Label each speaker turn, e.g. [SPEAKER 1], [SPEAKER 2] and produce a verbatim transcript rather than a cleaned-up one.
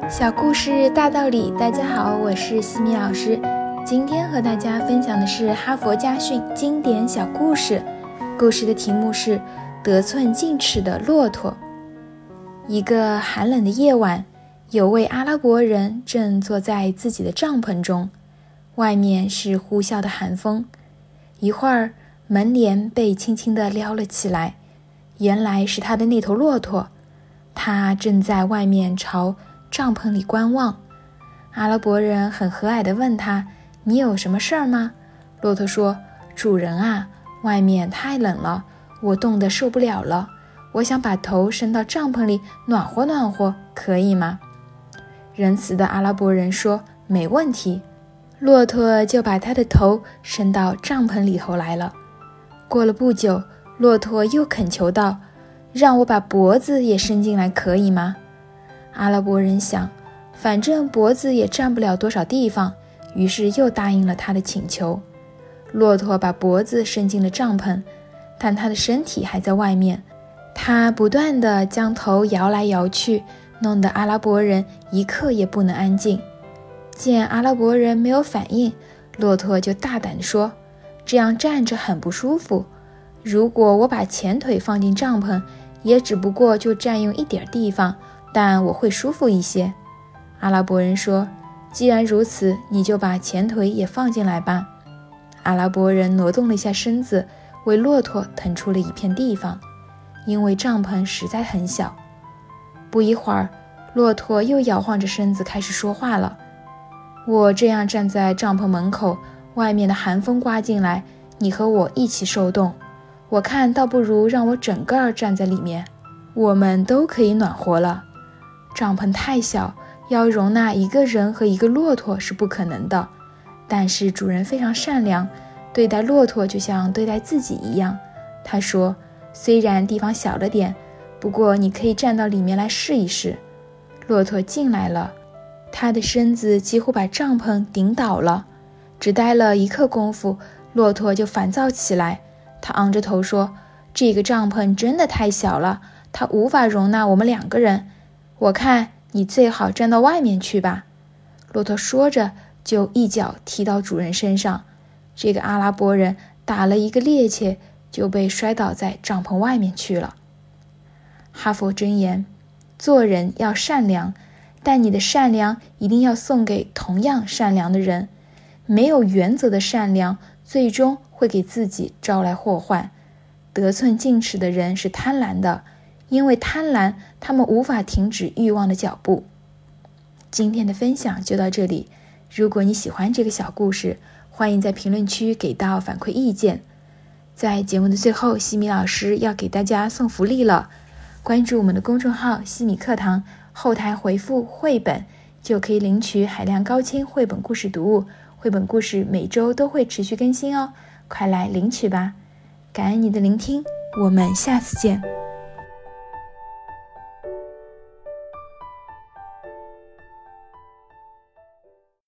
[SPEAKER 1] 小故事大道理，大家好，我是西米老师。今天和大家分享的是哈佛家训经典小故事，故事的题目是得寸进尺的骆驼。一个寒冷的夜晚，有位阿拉伯人正坐在自己的帐篷中，外面是呼啸的寒风。一会儿，门帘被轻轻地撩了起来，原来是他的那头骆驼，他正在外面朝帐篷里观望。阿拉伯人很和蔼地问他，你有什么事儿吗？骆驼说，主人啊，外面太冷了，我冻得受不了了，我想把头伸到帐篷里暖和暖和，可以吗？仁慈的阿拉伯人说，没问题。骆驼就把他的头伸到帐篷里头来了。过了不久，骆驼又恳求道，让我把脖子也伸进来可以吗？阿拉伯人想，反正脖子也占不了多少地方，于是又答应了他的请求。骆驼把脖子伸进了帐篷，但他的身体还在外面。他不断地将头摇来摇去，弄得阿拉伯人一刻也不能安静。见阿拉伯人没有反应，骆驼就大胆地说，这样站着很不舒服，如果我把前腿放进帐篷，也只不过就占用一点地方，但我会舒服一些。阿拉伯人说，既然如此，你就把前腿也放进来吧。阿拉伯人挪动了一下身子，为骆驼腾出了一片地方，因为帐篷实在很小。不一会儿，骆驼又摇晃着身子开始说话了，我这样站在帐篷门口，外面的寒风刮进来，你和我一起受冻，我看倒不如让我整个站在里面，我们都可以暖和了。帐篷太小，要容纳一个人和一个骆驼是不可能的，但是主人非常善良，对待骆驼就像对待自己一样。他说，虽然地方小了点，不过你可以站到里面来试一试。骆驼进来了，他的身子几乎把帐篷顶倒了。只待了一刻功夫，骆驼就烦躁起来，他昂着头说，这个帐篷真的太小了，它无法容纳我们两个人，我看你最好站到外面去吧。骆驼说着就一脚踢到主人身上，这个阿拉伯人打了一个趔趄，就被摔倒在帐篷外面去了。哈佛箴言，做人要善良，但你的善良一定要送给同样善良的人。没有原则的善良，最终会给自己招来祸患。得寸进尺的人是贪婪的，因为贪婪，他们无法停止欲望的脚步。今天的分享就到这里，如果你喜欢这个小故事，欢迎在评论区给到反馈意见。在节目的最后，西米老师要给大家送福利了，关注我们的公众号西米课堂，后台回复绘本，就可以领取海量高清绘本故事读物，绘本故事每周都会持续更新哦，快来领取吧。感恩你的聆听，我们下次见。